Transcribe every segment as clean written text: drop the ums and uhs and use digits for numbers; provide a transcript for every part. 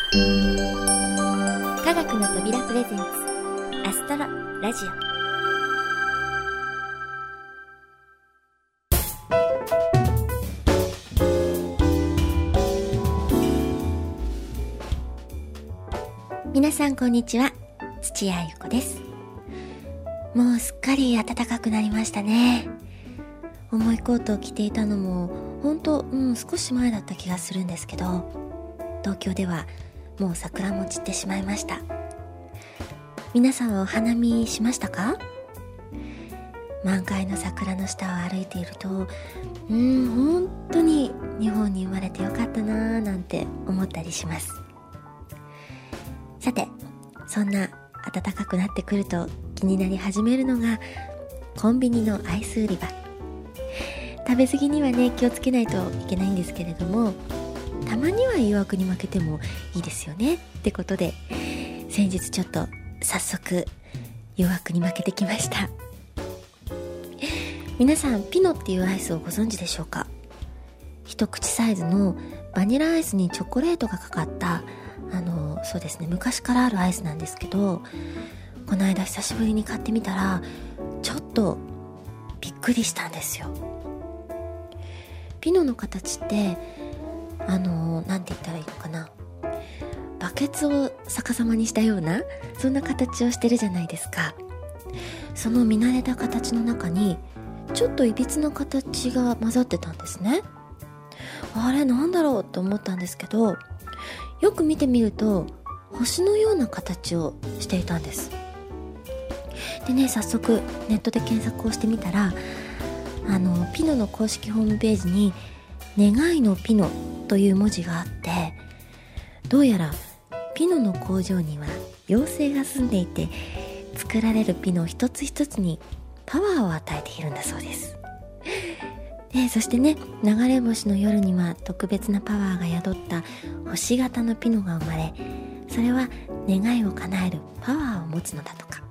科学の扉プレゼンツアストロラジオ。皆さんこんにちは、土屋ゆ子です。もうすっかり暖かくなりましたね。重いコートを着ていたのも少し前だった気がするんですけど、東京ではもう桜も散ってしまいました。皆さんはお花見しましたか？満開の桜の下を歩いていると本当に日本に生まれてよかったなぁなんて思ったりします。さて、そんな暖かくなってくると気になり始めるのがコンビニのアイス売り場。食べ過ぎにはね気をつけないといけないんですけれども、たまには誘惑に負けてもいいですよねってことで、先日ちょっと早速誘惑に負けてきました。皆さんピノっていうアイスをご存知でしょうか？一口サイズのバニラアイスにチョコレートがかかったそうですね、昔からあるアイスなんですけど、この間久しぶりに買ってみたらちょっとびっくりしたんですよ。ピノの形ってなんて言ったらいいのかな、バケツを逆さまにしたようなそんな形をしてるじゃないですか。その見慣れた形の中にちょっといびつな形が混ざってたんですね。あれなんだろうと思ったんですけど、よく見てみると星のような形をしていたんです。でね、早速ネットで検索をしてみたらピノの公式ホームページに願いのピノという文字があって、どうやらピノの工場には妖精が住んでいて、作られるピノ一つ一つにパワーを与えているんだそうです。でそしてね、流れ星の夜には特別なパワーが宿った星型のピノが生まれ、それは願いを叶えるパワーを持つのだとか。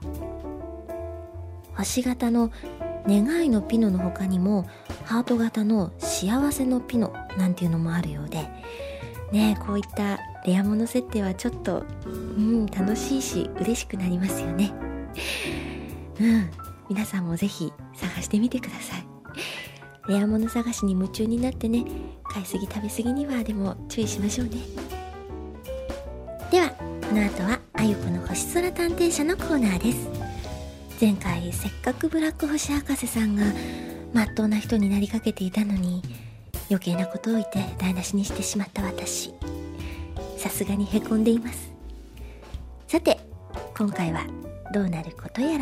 星型の願いのピノの他にもハート型の幸せのピノなんていうのもあるようでね、こういったレアもの設定はちょっと楽しいし嬉しくなりますよね。皆さんもぜひ探してみてください。レアもの探しに夢中になってね、買いすぎ食べすぎにはでも注意しましょうね。ではこの後はあゆこの星空探偵社のコーナーです。前回せっかくブラック星博士さんがまっとうな人になりかけていたのに、余計なことを言って台無しにしてしまった私、さすがにへこんでいます。さて今回はどうなることやら。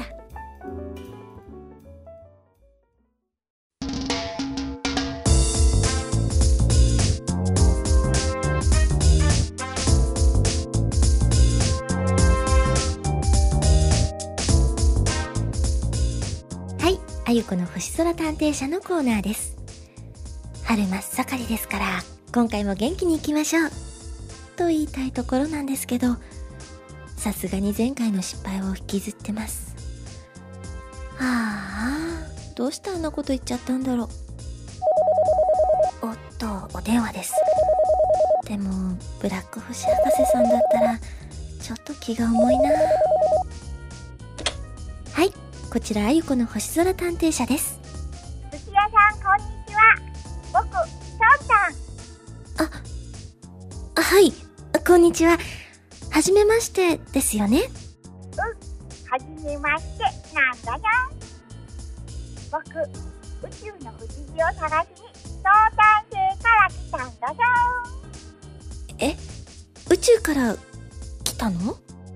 あゆこの星空探偵社のコーナーです。春真っ盛りですから今回も元気にいきましょうと言いたいところなんですけど、さすがに前回の失敗を引きずってます。どうしてあんなこと言っちゃったんだろう。おっとお電話です。でもブラック星博士さんだったらちょっと気が重いな。はい、こちらあゆこの星空探偵社です。 土屋さんこんにちは。僕しょうさん。 はい、こんにちは。はじめましてですよね。 はじめましてなんだよ。僕宇宙の不思議を探しに東大生から来たんだよ。 宇宙から来たの？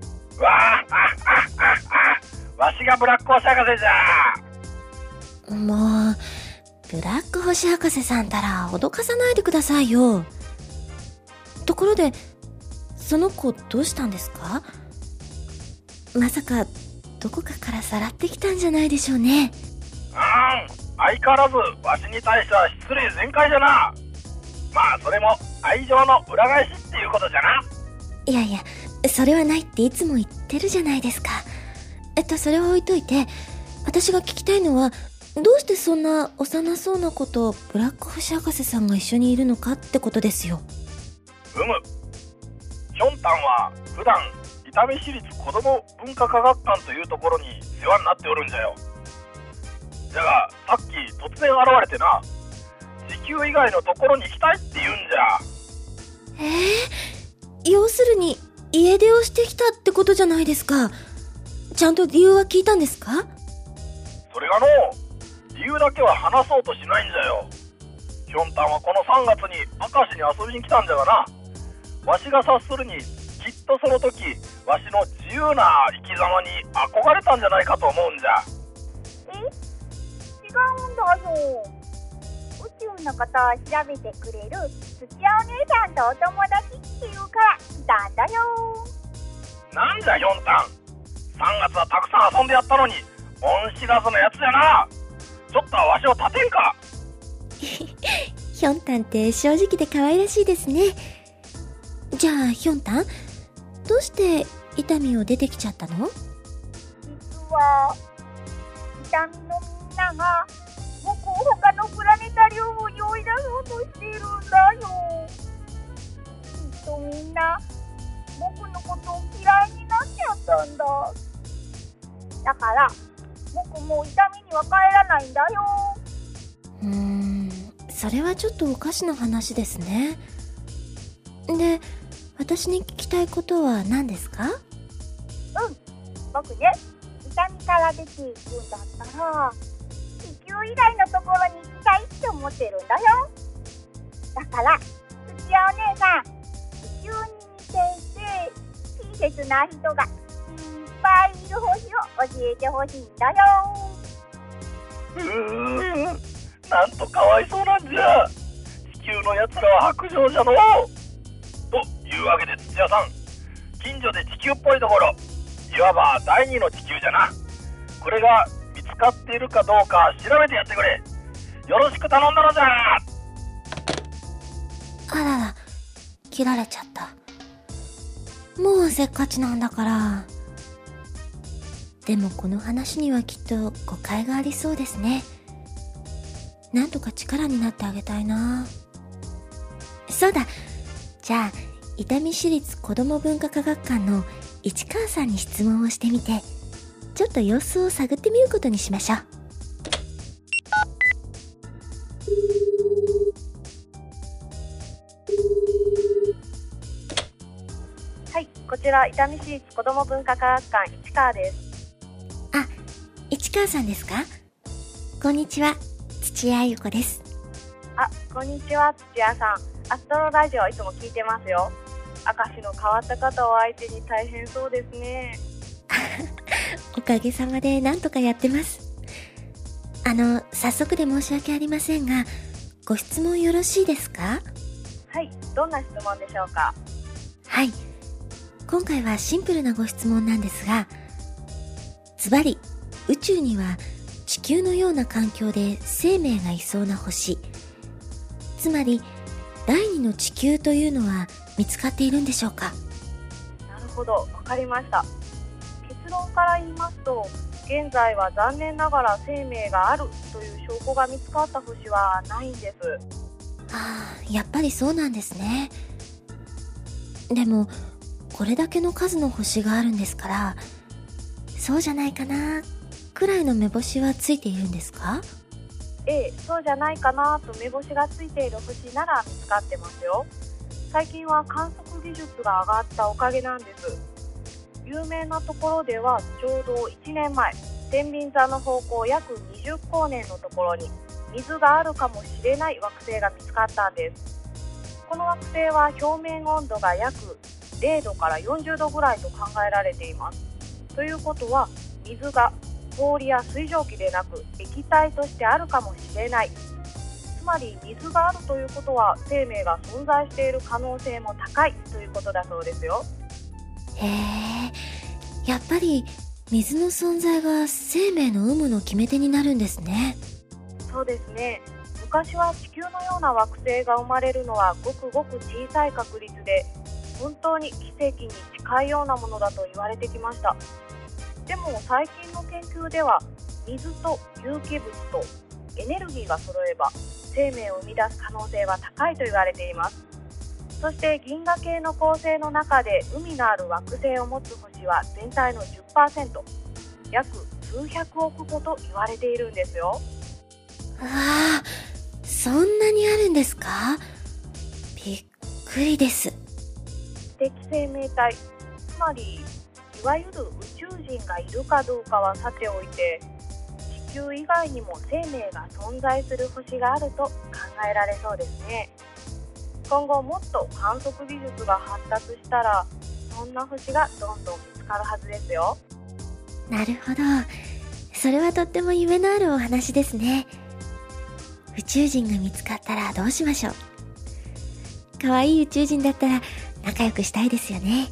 わしがブラック星博士じゃ。 もうブラック星博士さんたら脅かさないでくださいよ。ところでその子どうしたんですか？まさかどこかからさらってきたんじゃないでしょうね。 相変わらずわしに対しては失礼全開じゃな。まあそれも愛情の裏返しっていうことじゃな。 いやいや、それはないっていつも言ってるじゃないですか。それは置いといて、私が聞きたいのはどうしてそんな幼そうな子とブラック星博士さんが一緒にいるのかってことですよ。 ヒョンタンは普段伊丹市立子ども文化科学館というところに世話になっておるんじゃよ。じゃがさっき突然現れてな、地球以外のところに行きたいって言うんじゃ。 要するに家出をしてきたってことじゃないですか。ちゃんと理由は聞いたんですか？ それがの、理由だけは話そうとしないんじゃよ。ヒョンタンはこの3月に明石に遊びに来たんじゃがな、わしが察するにきっとその時わしの自由な生き様に憧れたんじゃないかと思うんじゃ。 違うんだよ。宇宙のことを調べてくれる土屋お姉さんとお友達っていうから来たんだよ。 なんじゃヒョンタン、3月はたくさん遊んでやったのに恩知らずのやつじゃな。ちょっとはわしを立てんか。 ヒョンタンって正直で可愛らしいですね。じゃあヒョンタン、どうして伊丹を出てきちゃったの？ 実は伊丹のみんなが僕を他のプラネタリウムに追い出そうとしているんだよ。きっとみんな僕のことを嫌いになっちゃったんだ。だから僕もう伊丹には帰らないんだよ。 それはちょっとおかしな話ですね。で、私に聞きたいことは何ですか？ 僕ね、伊丹から出ていくんだったら地球以外のところに行きたいって思ってるんだよ。だから土屋お姉さん、地球に似ていて親切な人がいっぱいいる星を教えてほしいんだよ。 なんとかわいそうなんじゃ。地球のやつらは薄情じゃのう。というわけで土屋さん、近所で地球っぽいところ、いわば第二の地球じゃな、これが見つかっているかどうか調べてやってくれ。よろしく頼んだのじゃ。 あらら、切られちゃった。もうせっかちなんだから。でもこの話にはきっと誤解がありそうですね。なんとか力になってあげたいな。そうだ、じゃあ伊丹市立子ども文化科学館の市川さんに質問をしてみて、ちょっと様子を探ってみることにしましょう。 はい、こちら伊丹市立子ども文化科学館市川です。 あ、市川さんですか？こんにちは、土屋ゆ子です。 あ、こんにちは、土屋さん。アストロラジオいつも聞いてますよ。明石の変わった方を相手に大変そうですね。 おかげさまでなんとかやってます。早速で申し訳ありませんが、ご質問よろしいですか？ はい、どんな質問でしょうか？ はい、今回はシンプルなご質問なんですが、ズバリ宇宙には地球のような環境で生命がいそうな星、つまり第二の地球というのは見つかっているんでしょうか？ なるほど、わかりました。結論から言いますと、現在は残念ながら生命があるという証拠が見つかった星はないんです。 やっぱりそうなんですね。でもこれだけの数の星があるんですから、そうじゃないかなくらいの目星はついているんですか？ そうじゃないかなと目星がついている星なら見つかってますよ。最近は観測技術が上がったおかげなんです。有名なところではちょうど1年前、天秤座の方向約20光年のところに水があるかもしれない惑星が見つかったんです。この惑星は表面温度が約0度から40度ぐらいと考えられています。ということは、水が氷や水蒸気でなく液体としてあるかもしれない。つまり水があるということは生命が存在している可能性も高いということだそうですよ。 やっぱり水の存在が生命の有無の決め手になるんですね。 そうですね。昔は地球のような惑星が生まれるのはごくごく小さい確率で、本当に奇跡に近いようなものだと言われてきました。でも最近の研究では、水と有機物とエネルギーが揃えば生命を生み出す可能性は高いと言われています。 そして銀河系の構成の中で海のある惑星を持つ星は全体の 10%、 約数百億個と言われているんですよ。 わあ、そんなにあるんですか？びっくりです。 知的生命体、つまりいわゆる宇宙人がいるかどうかはさておいて、地球以外にも生命が存在する星があると考えられそうですね。今後もっと観測技術が発達したら、そんな星がどんどん見つかるはずですよ。 なるほど。それはとっても夢のあるお話ですね。宇宙人が見つかったらどうしましょう。可愛い宇宙人だったら仲良くしたいですよね。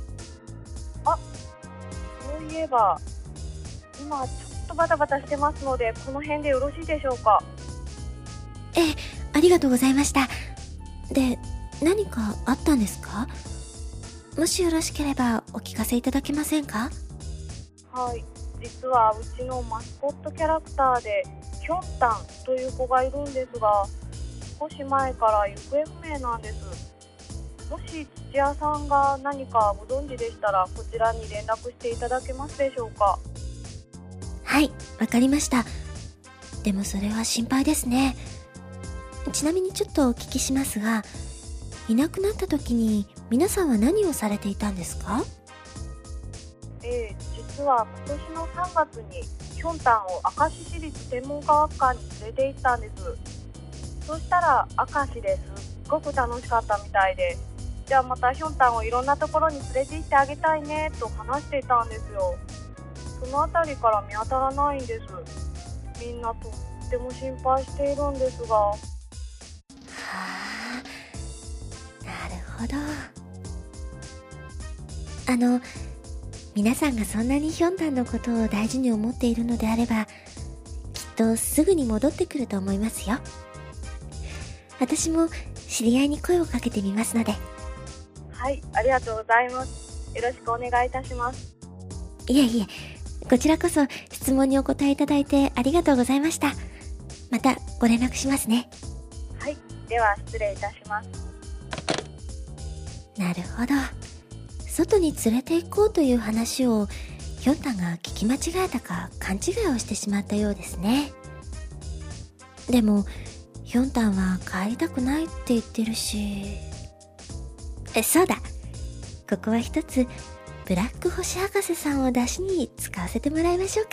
そういえば、今ちょっとバタバタしてますので、この辺でよろしいでしょうか？ ええ、ありがとうございました。で、何かあったんですか？もしよろしければお聞かせいただけませんか？ はい、実はうちのマスコットキャラクターでヒョンタンという子がいるんですが、少し前から行方不明なんです。もし土屋さんが何かご存知でしたら、こちらに連絡していただけますでしょうか？ はい、わかりました。でもそれは心配ですね。ちなみにちょっとお聞きしますが、いなくなった時に皆さんは何をされていたんですか？ 実は今年の3月にヒョンタンを明石市立天文科学館に連れて行ったんです。そしたら明石ですっごく楽しかったみたいで、じゃあまたヒョンタンをいろんなところに連れて行ってあげたいねと話していたんですよ。そのあたりから見当たらないんです。みんなとっても心配しているんですが。 はあ、なるほど。皆さんがそんなにヒョンタンのことを大事に思っているのであれば、きっとすぐに戻ってくると思いますよ。私も知り合いに声をかけてみますので。 はい、ありがとうございます。よろしくお願いいたします。 いえいえ、こちらこそ質問にお答えいただいてありがとうございました。またご連絡しますね。 はい、では失礼いたします。 なるほど。外に連れて行こうという話をヒョンタンが聞き間違えたか勘違いをしてしまったようですね。でもヒョンタンは帰りたくないって言ってるし、そうだ、ここは一つブラック星博士さんを出しに使わせてもらいましょうか。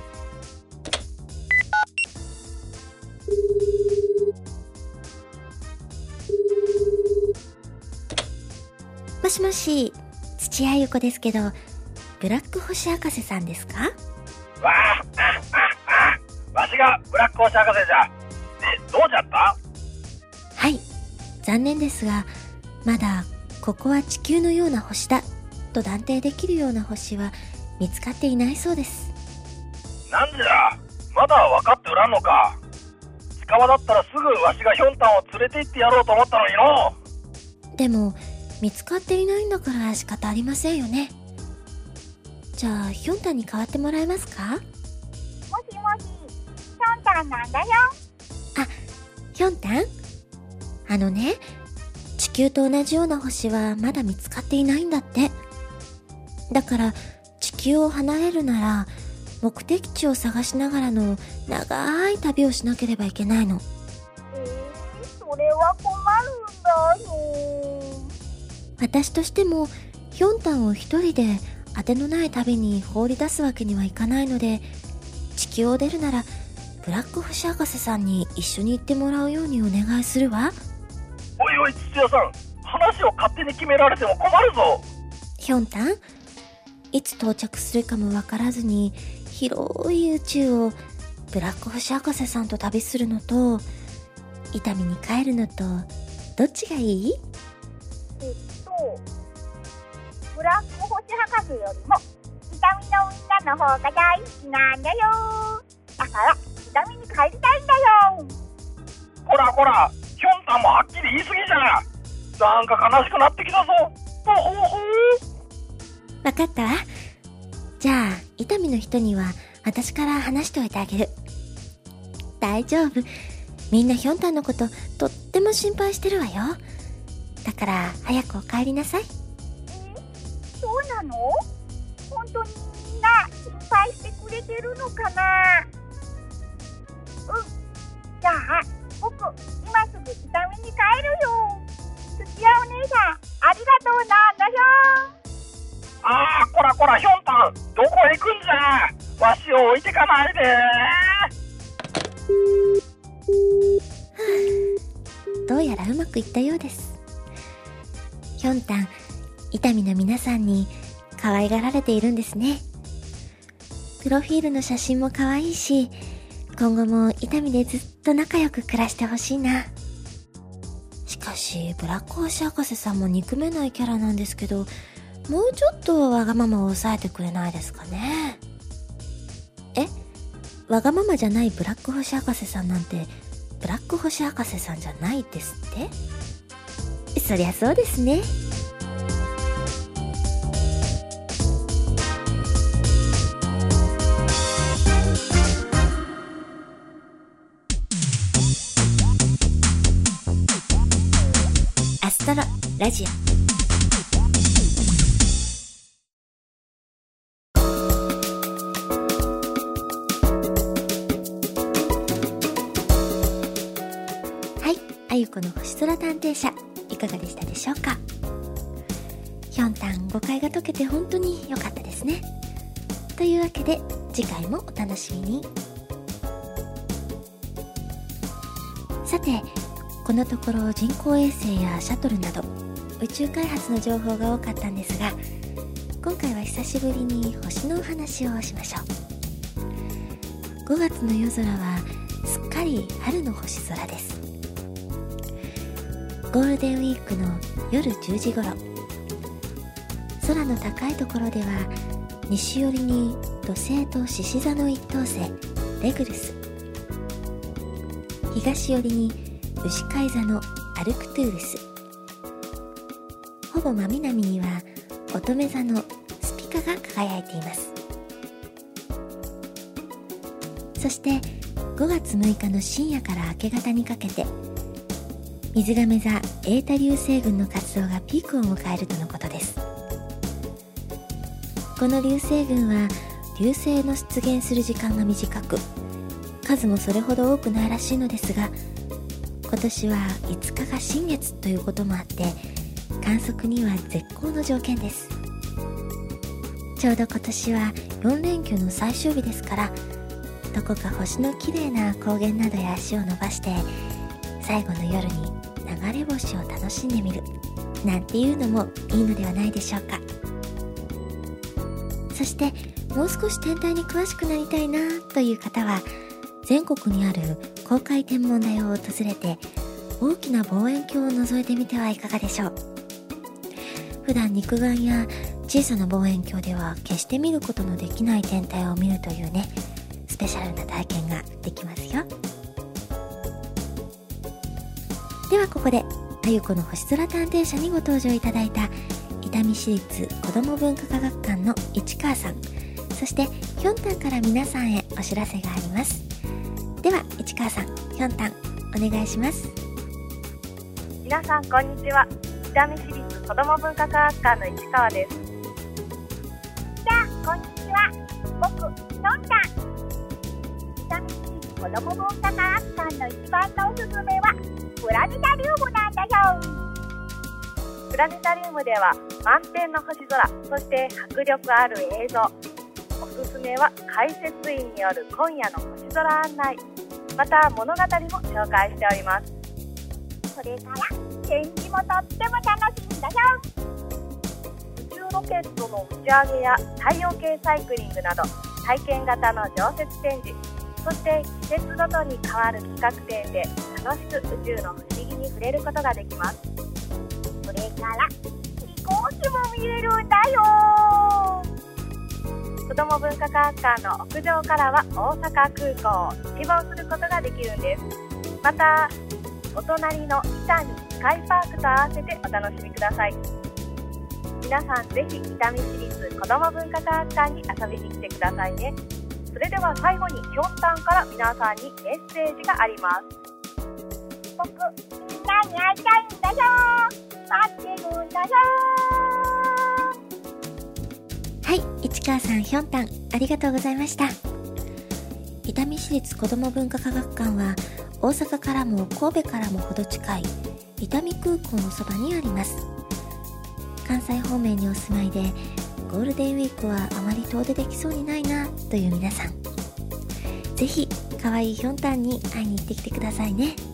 もしもし、土屋ゆ子ですけど、ブラック星博士さんですか？ わしがブラック星博士じゃ。どうじゃった？ はい、残念ですが、まだここは地球のような星だと断定できるような星は見つかっていないそうです。 なんじゃ、まだ分かっておらんのか。近場だったらすぐわしがヒョンタンを連れて行ってやろうと思ったのにの。 でも見つかっていないんだから仕方ありませんよね。じゃあヒョンタンに代わってもらえますか？ もしもし、ヒョンタンなんだよ。 あ、ヒョンタン？地球と同じような星はまだ見つかっていないんだって。だから地球を離れるなら目的地を探しながらの長い旅をしなければいけないの。 それは困るんだよ。 私としてもヒョンタンを一人で当てのない旅に放り出すわけにはいかないので、地球を出るならブラック星博士さんに一緒に行ってもらうようにお願いするわ。 おいおい土屋さん、話を勝手に決められても困るぞ。 ヒョンタン、いつ到着するかもわからずに広い宇宙をブラック星博士さんと旅するのと伊丹に帰るのとどっちがいい？ ブラック星博士よりも伊丹のみんなの方が大好きなんだよ。だから伊丹に帰りたいんだよ。 こらこら、ヒョンタンもはっきり言い過ぎじゃ。なんか悲しくなってきたぞ。ほほほ。 わかったわ。じゃあ伊丹の人には私から話しておいてあげる。大丈夫、みんなヒョンタンのこととっても心配してるわよ。 だから早くお帰りなさい。 そうなの？本当にみんな心配してくれてるのかな？じゃあ僕今すぐ伊丹に帰るよ。土屋お姉さんありがとうなんだよ。 こらこらひょんたん、どこへ行くんじゃ。わしを置いてかないで。 どうやらうまくいったようです。ひょんたん、伊丹の皆さんに可愛がられているんですね。プロフィールの写真も可愛いし、今後も伊丹でずっと仲良く暮らしてほしいな。しかしブラック星博士さんも憎めないキャラなんですけど、もうちょっとわがままを抑えてくれないですかね。わがままじゃないブラック星博士さんなんてブラック星博士さんじゃないですって？そりゃそうですね。アストロラジオ。あゆこの星空探偵社、いかがでしたでしょうか。ひょんたん誤解が解けて本当に良かったですね。というわけで次回もお楽しみに。さて、このところ人工衛星やシャトルなど宇宙開発の情報が多かったんですが、今回は久しぶりに星のお話をしましょう。5月の夜空はすっかり春の星空です。ゴールデンウィークの夜10時頃、空の高いところでは西寄りに土星と獅子座の一等星レグルス、東寄りに牛飼い座のアルクトゥールス、ほぼ真南には乙女座のスピカが輝いています。そして5月6日の深夜から明け方にかけて水亀座エータ流星群の活動がピークを迎えるとのことです。この流星群は流星の出現する時間が短く、数もそれほど多くないらしいのですが、今年は5日が新月ということもあって観測には絶好の条件です。ちょうど今年は4連休の最終日ですから、どこか星の綺麗な高原などへ足を伸ばして最後の夜に流れ星を楽しんでみるなんていうのもいいのではないでしょうか。そしてもう少し天体に詳しくなりたいなという方は、全国にある公開天文台を訪れて大きな望遠鏡を覗いてみてはいかがでしょう。普段肉眼や小さな望遠鏡では決して見ることのできない天体を見るというね、スペシャルな体験ができますよ。ではここであゆこの星空探偵社にご登場いただいた伊丹市立子ども文化科学館の市川さん、そしてひょんたんから皆さんへお知らせがあります。では市川さん、ひょんたんお願いします。 皆さんこんにちは。伊丹市立子ども文化科学館の市川です。 じゃあこんにちは、僕ひょんたん。伊丹市立子ども文化科学館の一番のおすすめはプラネタリウムなんだよ。 プラネタリウムでは満天の星空、そして迫力ある映像、おすすめは解説員による今夜の星空案内、また物語も紹介しております。 それから展示もとっても楽しいんだよ。 宇宙ロケットの打ち上げや太陽系サイクリングなど体験型の常設展示、そして季節ごとに変わる企画展で楽しく宇宙の不思議に触れることができます。 それから飛行機も見れるんだよ。 子ども文化科学館の屋上からは大阪空港を一望することができるんです。またお隣の伊丹スカイパークと合わせてお楽しみください。皆さんぜひ伊丹市立子ども文化科学館に遊びに来てくださいね。それでは最後にひょんたんから皆さんにメッセージがあります。 僕みんなに会いたいんだよ。 待ってるんだよ。 はい、市川さん、ひょんたん、ありがとうございました。伊丹市立子ども文化科学館は大阪からも神戸からもほど近い伊丹空港のそばにあります。関西方面にお住まいでゴールデンウィークはあまり遠出できそうにないなという皆さん、ぜひかわいいひょんたんに会いに行ってきてくださいね。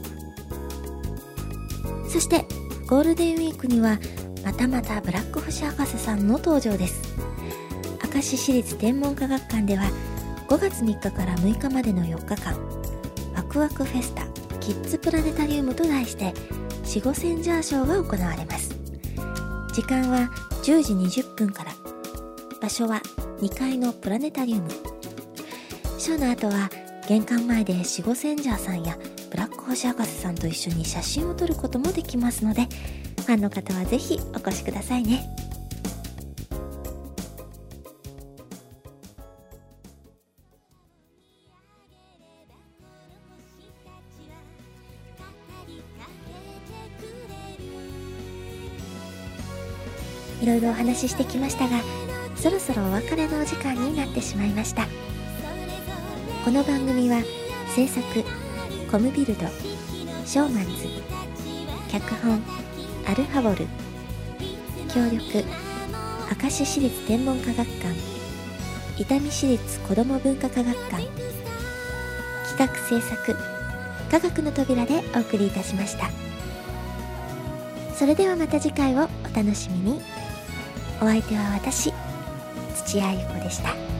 そしてゴールデンウィークにはまたまたブラック星博士さんの登場です。明石市立天文科学館では5月3日から6日までの4日間、ワクワクフェスタキッズプラネタリウムと題して死後センジャーショーが行われます。時間は10時20分から、場所は2階のプラネタリウム。ショーの後は玄関前で死後センジャーさんやブラック星博士さんと一緒に写真を撮ることもできますので、ファンの方はぜひお越しくださいね。いろいろお話ししてきましたが、そろそろお別れのお時間になってしまいました。この番組は制作コムビルド、ショーマンズ、脚本アルファボル、協力明石市立天文科学館、伊丹市立子ども文化科学館、企画制作科学の扉でお送りいたしました。それではまた次回をお楽しみに。お相手は私、土屋ゆ子でした。